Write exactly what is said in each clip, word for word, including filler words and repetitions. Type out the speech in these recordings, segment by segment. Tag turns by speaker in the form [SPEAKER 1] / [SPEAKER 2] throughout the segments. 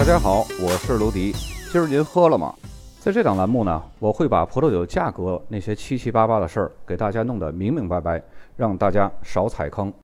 [SPEAKER 1] 大家好，我是卢迪。今儿您喝了吗？在这档栏目呢，我会把葡萄酒价格那些七七八八的事儿给大家弄得明明白白，让大家少踩坑。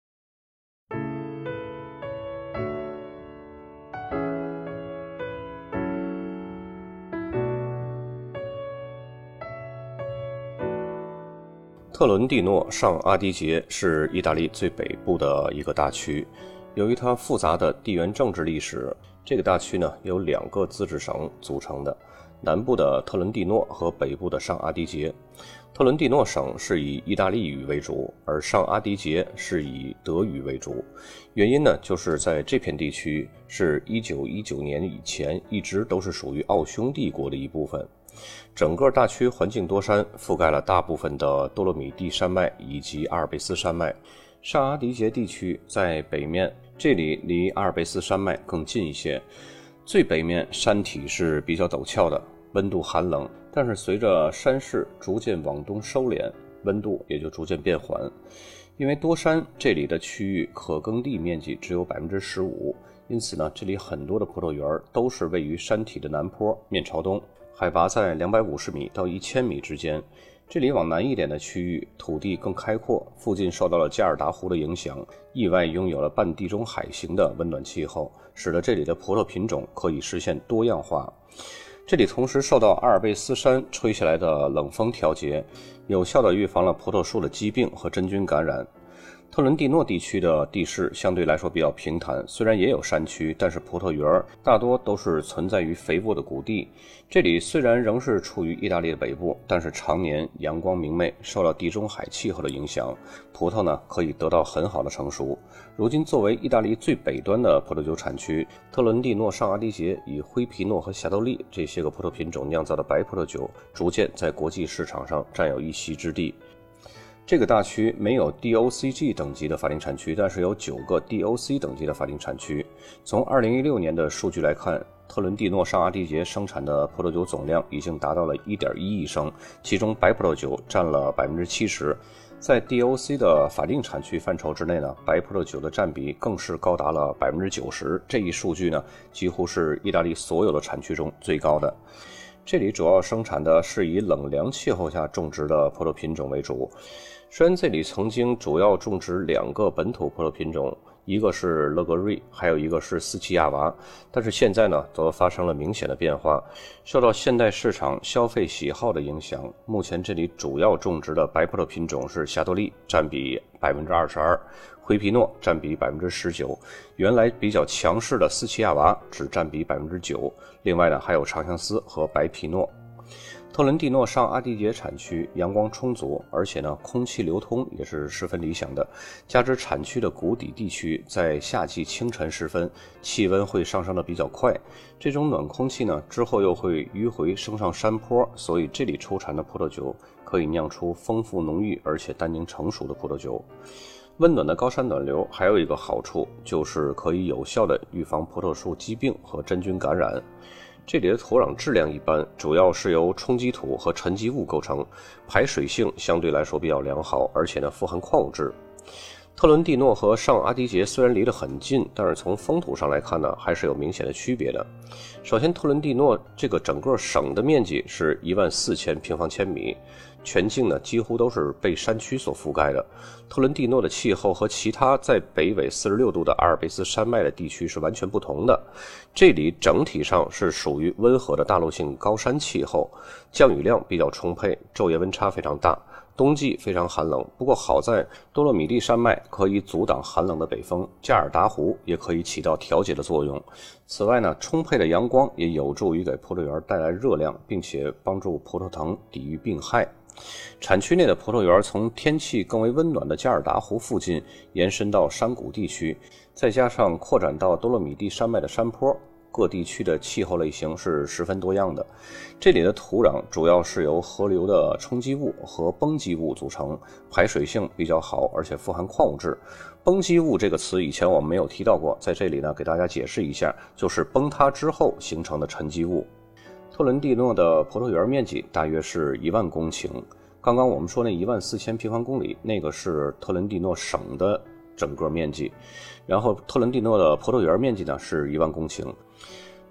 [SPEAKER 2] 特伦蒂诺上阿迪杰是意大利最北部的一个大区。由于它复杂的地缘政治历史，这个大区呢由两个自治省组成的，南部的特伦蒂诺和北部的上阿迪杰。特伦蒂诺省是以意大利语为主，而上阿迪杰是以德语为主。原因呢，就是在这片地区是一九一九年以前一直都是属于奥匈帝国的一部分。整个大区环境多山，覆盖了大部分的多洛米蒂山脉以及阿尔卑斯山脉。上阿迪杰地区在北面，这里离阿尔卑斯山脉更近一些。最北面山体是比较陡峭的，温度寒冷，但是随着山势逐渐往东收敛，温度也就逐渐变缓。因为多山，这里的区域可耕地面积只有 百分之十五， 因此呢，这里很多的葡萄园都是位于山体的南坡，面朝东，海拔在两百五十米到一千米之间。这里往南一点的区域土地更开阔，附近受到了加尔达湖的影响，意外拥有了半地中海型的温暖气候，使得这里的葡萄品种可以实现多样化。这里同时受到阿尔卑斯山吹下来的冷风调节，有效地预防了葡萄树的疾病和真菌感染。特伦蒂诺地区的地势相对来说比较平坦，虽然也有山区，但是葡萄园大多都是存在于肥沃的谷地。这里虽然仍是处于意大利的北部，但是常年阳光明媚，受到地中海气候的影响，葡萄呢可以得到很好的成熟。如今作为意大利最北端的葡萄酒产区，特伦蒂诺上阿迪杰以灰皮诺和霞多丽这些个葡萄品种酿造的白葡萄酒，逐渐在国际市场上占有一席之地。这个大区没有 D O C G 等级的法定产区，但是有九个 D O C 等级的法定产区。从二零一六年的数据来看，特伦蒂诺上阿迪杰生产的葡萄酒总量已经达到了 一点一亿升，其中白葡萄酒占了 百分之七十。在 D O C 的法定产区范畴之内呢，白葡萄酒的占比更是高达了 百分之九十， 这一数据呢几乎是意大利所有的产区中最高的。这里主要生产的是以冷凉气候下种植的葡萄品种为主。虽然这里曾经主要种植两个本土葡萄品种，一个是勒格瑞，还有一个是斯奇亚娃，但是现在呢则发生了明显的变化。受到现代市场消费喜好的影响，目前这里主要种植的白葡萄品种是霞多丽，占比 百分之二十二， 灰皮诺占比 百分之十九， 原来比较强势的斯奇亚娃只占比 百分之九， 另外呢还有长相思和白皮诺。特伦蒂诺上阿迪杰产区阳光充足，而且呢空气流通也是十分理想的，加之产区的谷底地区在夏季清晨时分气温会上升的比较快，这种暖空气呢之后又会迂回升上山坡，所以这里出产的葡萄酒可以酿出丰富浓郁而且单宁成熟的葡萄酒。温暖的高山暖流还有一个好处，就是可以有效地预防葡萄树疾病和真菌感染。这里的土壤质量一般，主要是由冲积土和沉积物构成，排水性相对来说比较良好，而且呢富含矿物质。特伦蒂诺和上阿迪杰虽然离得很近，但是从风土上来看呢，还是有明显的区别的。首先，特伦蒂诺这个整个省的面积是一万四千平方千米，全境呢几乎都是被山区所覆盖的。特伦蒂诺的气候和其他在北纬四十六度的阿尔卑斯山脉的地区是完全不同的。这里整体上是属于温和的大陆性高山气候，降雨量比较充沛，昼夜温差非常大，冬季非常寒冷。不过好在多洛米蒂山脉可以阻挡寒冷的北风，加尔达湖也可以起到调节的作用。此外呢，充沛的阳光也有助于给葡萄园带来热量，并且帮助葡萄藤抵御病害。产区内的葡萄园从天气更为温暖的加尔达湖附近延伸到山谷地区，再加上扩展到多洛米蒂山脉的山坡，各地区的气候类型是十分多样的。这里的土壤主要是由河流的冲积物和崩积物组成，排水性比较好，而且富含矿物质。崩积物这个词以前我们没有提到过，在这里呢给大家解释一下，就是崩塌之后形成的沉积物。特伦蒂诺的葡萄园面积大约是一万公顷，刚刚我们说那一万四千平方公里，那个是特伦蒂诺省的整个面积，然后特伦蒂诺的葡萄园面积呢是一万公顷。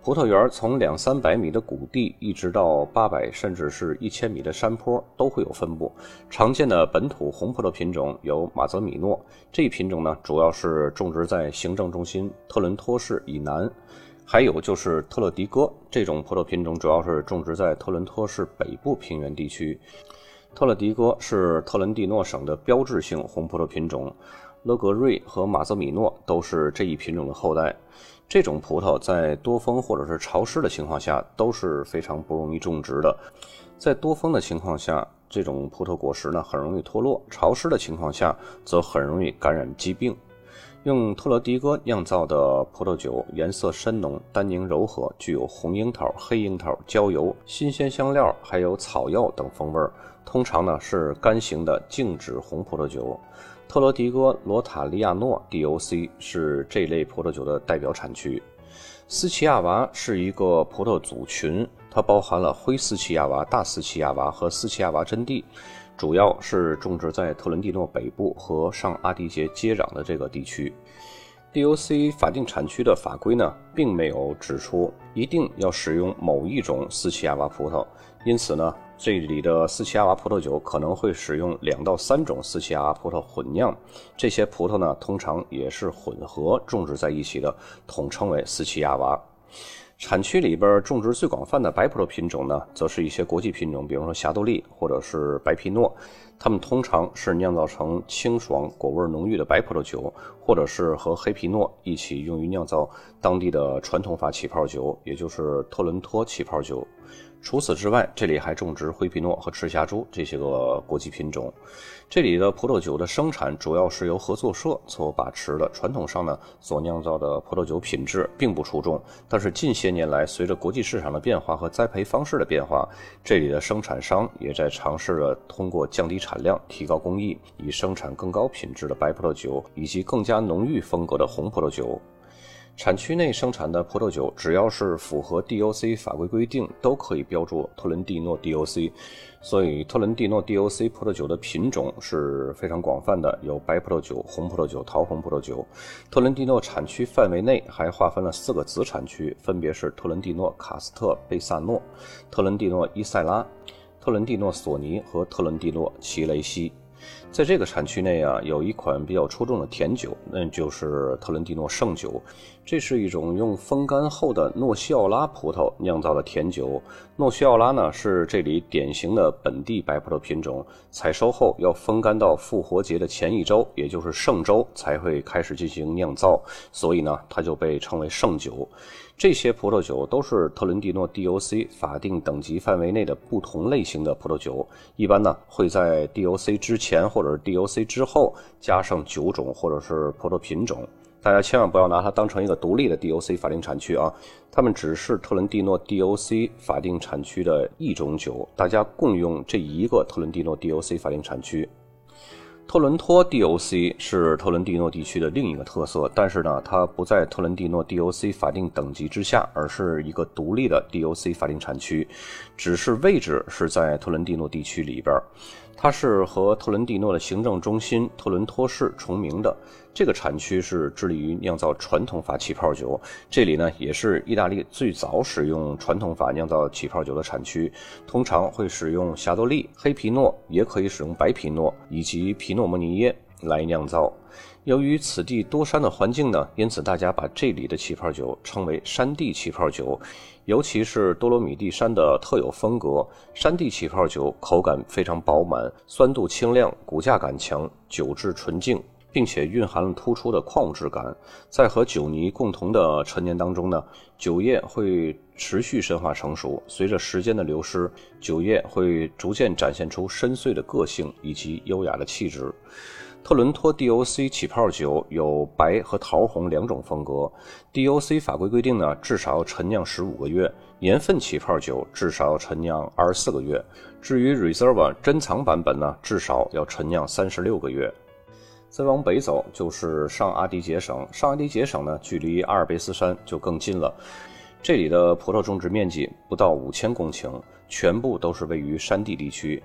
[SPEAKER 2] 葡萄园从两三百米的谷地一直到八百甚至是一千米的山坡都会有分布。常见的本土红葡萄品种有马泽米诺，这一品种呢主要是种植在行政中心特伦托市以南。还有就是特勒迪戈，这种葡萄品种主要是种植在特伦托市北部平原地区。特勒迪戈是特伦蒂诺省的标志性红葡萄品种，勒格瑞和马泽米诺都是这一品种的后代。这种葡萄在多风或者是潮湿的情况下都是非常不容易种植的。在多风的情况下，这种葡萄果实呢很容易脱落，潮湿的情况下则很容易感染疾病。用特勒迪戈酿造的葡萄酒颜色深浓，单宁柔和，具有红樱桃、黑樱桃、焦油、新鲜香料还有草药等风味，通常呢是干型的静止红葡萄酒。特勒迪戈罗塔利亚诺 D O C 是这类葡萄酒的代表产区。斯奇亚娃是一个葡萄组群，它包含了灰斯奇亚娃、大斯奇亚娃和斯奇亚娃真地，主要是种植在特伦蒂诺北部和上阿迪杰接壤的这个地区。D O C 法定产区的法规呢，并没有指出一定要使用某一种斯奇亚娃葡萄，因此呢，这里的斯奇亚娃葡萄酒可能会使用两到三种斯奇亚娃葡萄混酿，这些葡萄呢，通常也是混合种植在一起的，统称为斯奇亚娃。产区里边种植最广泛的白葡萄品种呢，则是一些国际品种，比如说霞多丽或者是白皮诺，它们通常是酿造成清爽果味浓郁的白葡萄酒，或者是和黑皮诺一起用于酿造当地的传统法起泡酒，也就是特伦托起泡酒。除此之外，这里还种植灰皮诺和赤霞珠这些个国际品种。这里的葡萄酒的生产主要是由合作社所把持的，传统上呢所酿造的葡萄酒品质并不出众，但是近些年来随着国际市场的变化和栽培方式的变化，这里的生产商也在尝试着通过降低产量、提高工艺，以生产更高品质的白葡萄酒以及更加浓郁风格的红葡萄酒。产区内生产的葡萄酒只要是符合 D O C 法规规定，都可以标注特伦蒂诺 D O C， 所以特伦蒂诺 D O C 葡萄酒的品种是非常广泛的，有白葡萄酒、红葡萄酒、桃红葡萄酒。特伦蒂诺产区范围内还划分了四个子产区，分别是特伦蒂诺卡斯特贝萨诺、特伦蒂诺伊塞拉、特伦蒂诺索尼和特伦蒂诺奇雷西。在这个产区内啊，有一款比较出众的甜酒，那就是特伦蒂诺圣酒。这是一种用风干后的诺西奥拉葡萄酿造的甜酒。诺西奥拉呢是这里典型的本地白葡萄品种，采收后要风干到复活节的前一周，也就是圣周才会开始进行酿造，所以呢它就被称为圣酒。这些葡萄酒都是特伦蒂诺 D O C 法定等级范围内的不同类型的葡萄酒，一般呢会在 D O C 之前或者是 D O C 之后加上酒种或者是葡萄品种。大家千万不要拿它当成一个独立的 D O C 法定产区啊，它们只是特伦蒂诺 D O C 法定产区的一种酒，大家共用这一个特伦蒂诺 D O C 法定产区。特伦托 D O C 是特伦蒂诺地区的另一个特色，但是呢，它不在特伦蒂诺 D O C 法定等级之下，而是一个独立的 D O C 法定产区，只是位置是在特伦蒂诺地区里边。它是和特伦蒂诺的行政中心特伦托市重名的。这个产区是致力于酿造传统法起泡酒，这里呢也是意大利最早使用传统法酿造起泡酒的产区，通常会使用霞多丽、黑皮诺，也可以使用白皮诺以及皮诺摩尼耶来酿造。由于此地多山的环境呢，因此大家把这里的起泡酒称为山地起泡酒，尤其是多罗米蒂山的特有风格，山地起泡酒口感非常饱满，酸度清亮，骨架感强，酒质纯净，并且蕴含了突出的矿物质感。在和酒泥共同的陈年当中呢，酒液会持续深化成熟，随着时间的流失，酒液会逐渐展现出深邃的个性以及优雅的气质。特伦托 D O C 起泡酒有白和桃红两种风格。D O C 法规规定呢，至少要陈酿十五个月，年份起泡酒至少要陈酿二十四个月。至于 Reserva 珍藏版本呢，至少要陈酿三十六个月。再往北走就是上阿迪杰省，上阿迪杰省呢，距离阿尔卑斯山就更近了。这里的葡萄种植面积不到五千公顷，全部都是位于山地地区。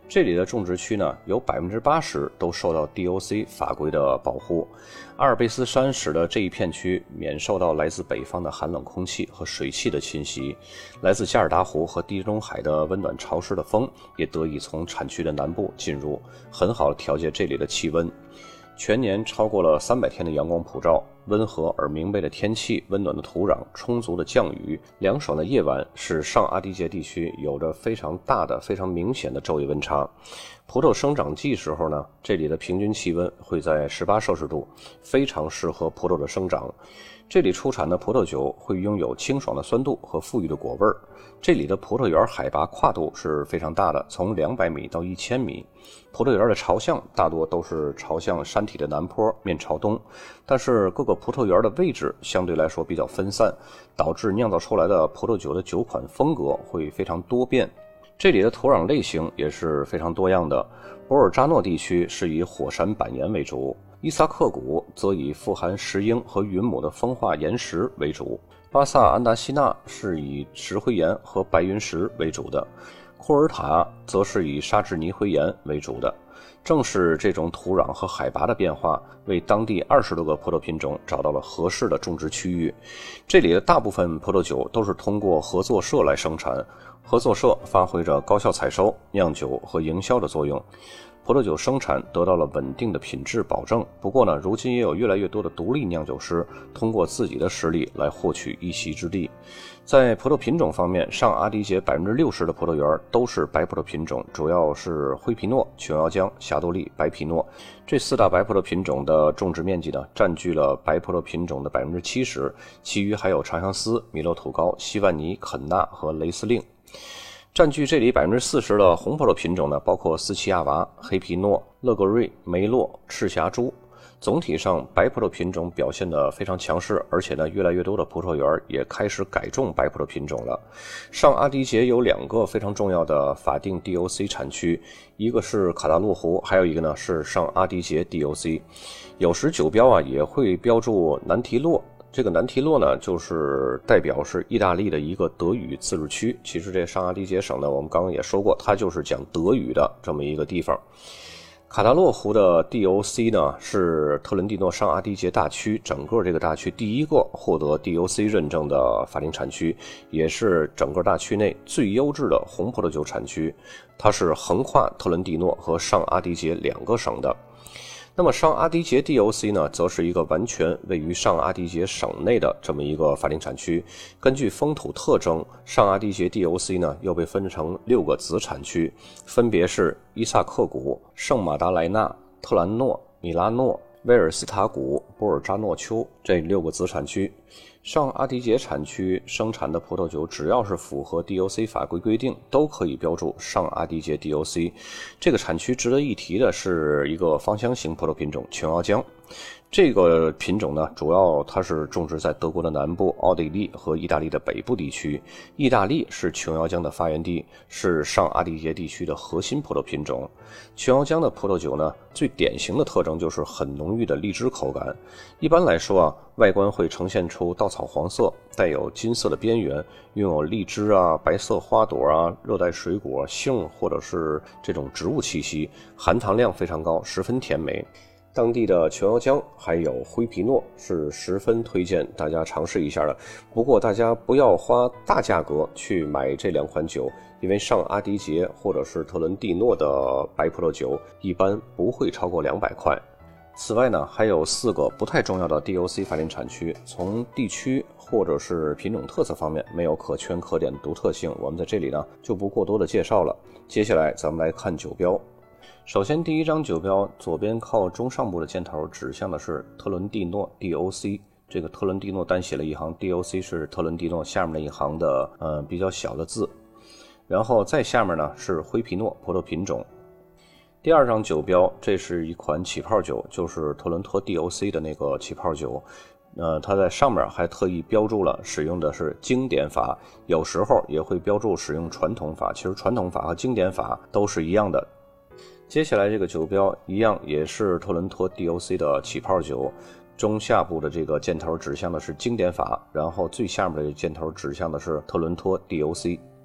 [SPEAKER 2] 这里的种植区呢，有 百分之八十 都受到 D O C 法规的保护。阿尔卑斯山使得这一片区免受到来自北方的寒冷空气和水汽的侵袭，来自加尔达湖和地中海的温暖潮湿的风也得以从产区的南部进入，很好地调节这里的气温。全年超过了三百天的阳光普照，温和而明媚的天气，温暖的土壤，充足的降雨，凉爽的夜晚，使上阿迪杰地区有着非常大的非常明显的昼夜温差。葡萄生长季时候呢，这里的平均气温会在十八摄氏度，非常适合葡萄的生长。这里出产的葡萄酒会拥有清爽的酸度和馥郁的果味儿。这里的葡萄园海拔跨度是非常大的，从两百米到一千米。葡萄园的朝向大多都是朝向山体的南坡，面朝东，但是各个葡萄园的位置相对来说比较分散，导致酿造出来的葡萄酒的酒款风格会非常多变。这里的土壤类型也是非常多样的，博尔扎诺地区是以火山板岩为主，伊萨克谷则以富含石英和云母的风化岩石为主，巴萨安达西纳是以石灰岩和白云石为主的，库尔塔则是以沙质泥灰岩为主的。正是这种土壤和海拔的变化，为当地二十多个葡萄品种找到了合适的种植区域。这里的大部分葡萄酒都是通过合作社来生产，合作社发挥着高效采收、酿酒和营销的作用。葡萄酒生产得到了稳定的品质保证。不过呢，如今也有越来越多的独立酿酒师通过自己的实力来获取一席之地。在葡萄品种方面，上阿迪杰 百分之六十 的葡萄园都是白葡萄品种，主要是灰皮诺、琼瑶浆、霞多丽、白皮诺。这四大白葡萄品种的种植面积呢，占据了白葡萄品种的 百分之七十， 其余还有长相思、米洛土高、西万尼、肯纳和雷司令。占据这里 百分之四十 的红葡萄品种呢，包括斯奇亚娃、黑皮诺、勒格瑞、梅洛、赤霞珠。总体上，白葡萄品种表现得非常强势，而且呢，越来越多的葡萄园也开始改种白葡萄品种了。上阿迪杰有两个非常重要的法定 D O C 产区，一个是卡达洛湖，还有一个呢是上阿迪杰 D O C。有时酒标啊也会标注南提洛。这个南提洛呢，就是代表是意大利的一个德语自治区。其实这上阿迪杰省呢，我们刚刚也说过，它就是讲德语的这么一个地方。卡达洛湖的 D O C 呢，是特伦蒂诺上阿迪杰大区整个这个大区第一个获得 D O C 认证的法定产区，也是整个大区内最优质的红葡萄酒产区。它是横跨特伦蒂诺和上阿迪杰两个省的。那么上阿迪杰 D O C 呢，则是一个完全位于上阿迪杰省内的这么一个法定产区。根据风土特征，上阿迪杰 D O C 呢又被分成六个子产区，分别是伊萨克谷、圣马达莱纳、特兰诺、米拉诺、威尔斯塔谷、波尔扎诺丘这六个子产区。上阿迪杰产区生产的葡萄酒只要是符合 D O C 法规规定，都可以标注上阿迪杰 D O C。 这个产区值得一提的是一个芳香型葡萄品种琼瑶浆。这个品种呢，主要它是种植在德国的南部、奥地利和意大利的北部地区。意大利是琼瑶浆的发源地，是上阿迪杰地区的核心葡萄品种。琼瑶浆的葡萄酒呢，最典型的特征就是很浓郁的荔枝口感。一般来说啊，外观会呈现出稻草黄色，带有金色的边缘，拥有荔枝啊、白色花朵啊、热带水果、杏或者是这种植物气息，含糖量非常高，十分甜美。当地的琼瑶浆还有灰皮诺是十分推荐大家尝试一下的。不过大家不要花大价格去买这两款酒，因为上阿迪杰或者是特伦蒂诺的白葡萄酒一般不会超过两百块。此外呢，还有四个不太重要的 D O C 法定产区，从地区或者是品种特色方面没有可圈可点的独特性，我们在这里呢就不过多的介绍了。接下来咱们来看酒标。首先第一张酒标左边靠中上部的箭头指向的是特伦蒂诺 D O C， 这个特伦蒂诺单写了一行， D O C 是特伦蒂诺下面的一行的呃比较小的字。然后再下面呢是灰皮诺葡萄品种。第二张酒标，这是一款起泡酒，就是特伦托 D O C 的那个起泡酒。呃，它在上面还特意标注了使用的是经典法，有时候也会标注使用传统法，其实传统法和经典法都是一样的。接下来这个酒标一样也是特伦托 D O C 的起泡酒，中下部的这个箭头指向的是经典法，然后最下面的箭头指向的是特伦托 D O C。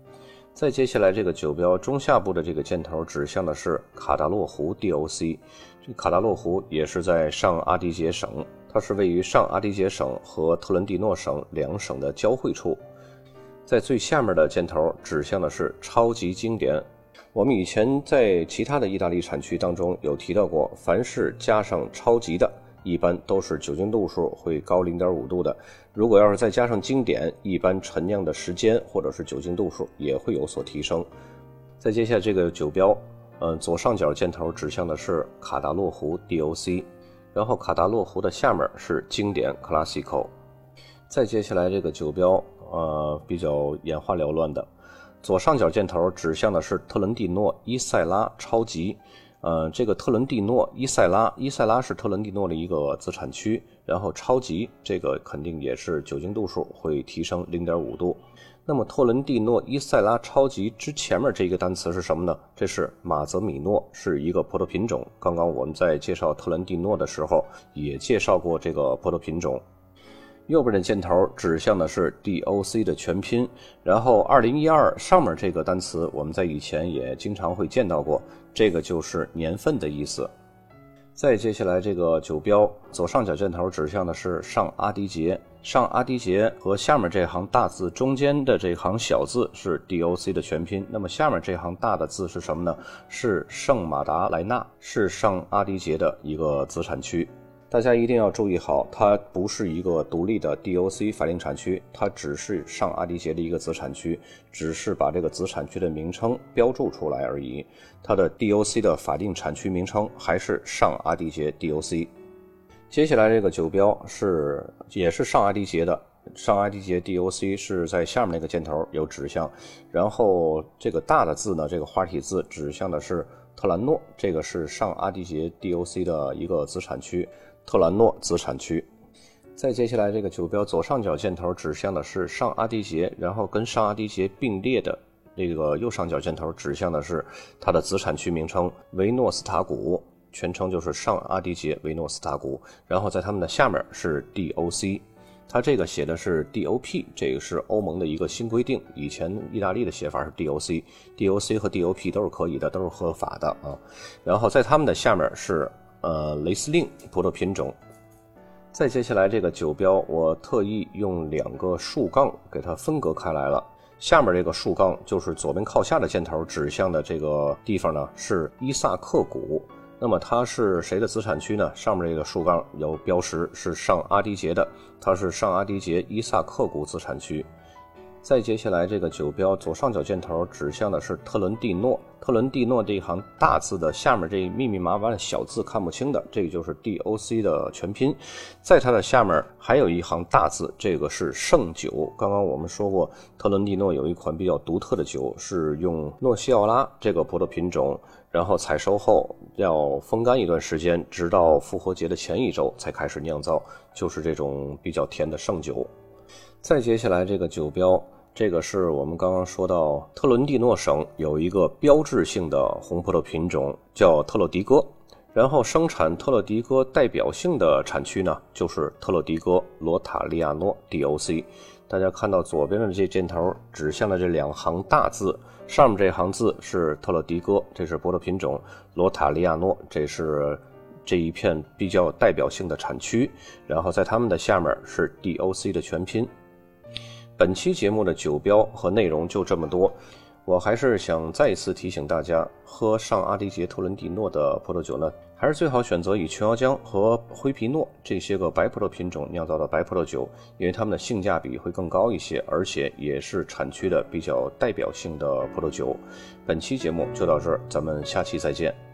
[SPEAKER 2] 再接下来这个酒标中下部的这个箭头指向的是卡达洛湖 D O C， 这卡达洛湖也是在上阿迪杰省，它是位于上阿迪杰省和特伦蒂诺省两省的交汇处。在最下面的箭头指向的是超级经典。我们以前在其他的意大利产区当中有提到过，凡是加上超级的一般都是酒精度数会高 零点五 度的，如果要是再加上经典，一般陈酿的时间或者是酒精度数也会有所提升。再接下来这个酒标呃，左上角箭头指向的是卡达洛湖 D O C， 然后卡达洛湖的下面是经典 Classico。 再接下来这个酒标呃比较眼花缭乱的，左上角箭头指向的是特伦蒂诺伊塞拉超级。呃，这个特伦蒂诺伊塞拉，伊塞拉是特伦蒂诺的一个子产区，然后超级这个肯定也是酒精度数会提升 零点五 度。那么特伦蒂诺伊塞拉超级之前面这个单词是什么呢？这是马泽米诺，是一个葡萄品种。刚刚我们在介绍特伦蒂诺的时候也介绍过这个葡萄品种。右边的箭头指向的是 D O C 的全拼，然后二零一二上面这个单词我们在以前也经常会见到过，这个就是年份的意思。再接下来这个酒标左上角箭头指向的是上阿迪杰，上阿迪杰和下面这行大字中间的这行小字是 D O C 的全拼，那么下面这行大的字是什么呢？是圣马达莱纳，是上阿迪杰的一个子产区。大家一定要注意好，它不是一个独立的 D O C 法定产区，它只是上阿迪杰的一个子产区，只是把这个子产区的名称标注出来而已。它的 D O C 的法定产区名称还是上阿迪杰 D O C。 接下来这个酒标是也是上阿迪杰的，上阿迪杰 D O C 是在下面那个箭头有指向，然后这个大的字呢，这个花体字指向的是特兰诺，这个是上阿迪杰 D O C 的一个子产区，特兰诺子产区。再接下来这个酒标左上角箭头指向的是上阿迪杰，然后跟上阿迪杰并列的这个右上角箭头指向的是它的子产区名称维诺斯塔谷，全称就是上阿迪杰维诺斯塔谷，然后在它们的下面是 D O C。它这个写的是 D O P， 这个是欧盟的一个新规定，以前意大利的写法是 D O C， D O C 和 D O P 都是可以的，都是合法的啊。然后在它们的下面是呃雷司令葡萄品种。再接下来这个酒标我特意用两个竖杠给它分隔开来了，下面这个竖杠就是左边靠下的箭头指向的这个地方呢是伊萨克谷，那么它是谁的子产区呢？上面这个竖杠有标识是上阿迪杰的，它是上阿迪杰伊萨克谷子产区。再接下来这个酒标左上角箭头指向的是特伦蒂诺，特伦蒂诺这一行大字的下面这密密麻麻的小字看不清的，这个就是 D O C 的全拼。在它的下面还有一行大字，这个是圣酒。刚刚我们说过，特伦蒂诺有一款比较独特的酒，是用诺西奥拉这个葡萄品种，然后采收后要风干一段时间，直到复活节的前一周才开始酿造，就是这种比较甜的圣酒。再接下来这个酒标，这个是我们刚刚说到特伦蒂诺省有一个标志性的红葡萄品种叫特洛迪戈，然后生产特洛迪戈代表性的产区呢就是特洛迪戈罗塔利亚诺 D O C。 大家看到左边的这箭头指向的这两行大字，上面这行字是特洛迪戈，这是葡萄品种，罗塔利亚诺这是这一片比较代表性的产区，然后在它们的下面是 D O C 的全拼。本期节目的酒标和内容就这么多，我还是想再一次提醒大家，喝上阿迪杰特伦蒂诺的葡萄酒呢，还是最好选择以琼瑶浆和灰皮诺这些个白葡萄品种酿造的白葡萄酒，因为它们的性价比会更高一些，而且也是产区的比较代表性的葡萄酒。本期节目就到这儿，咱们下期再见。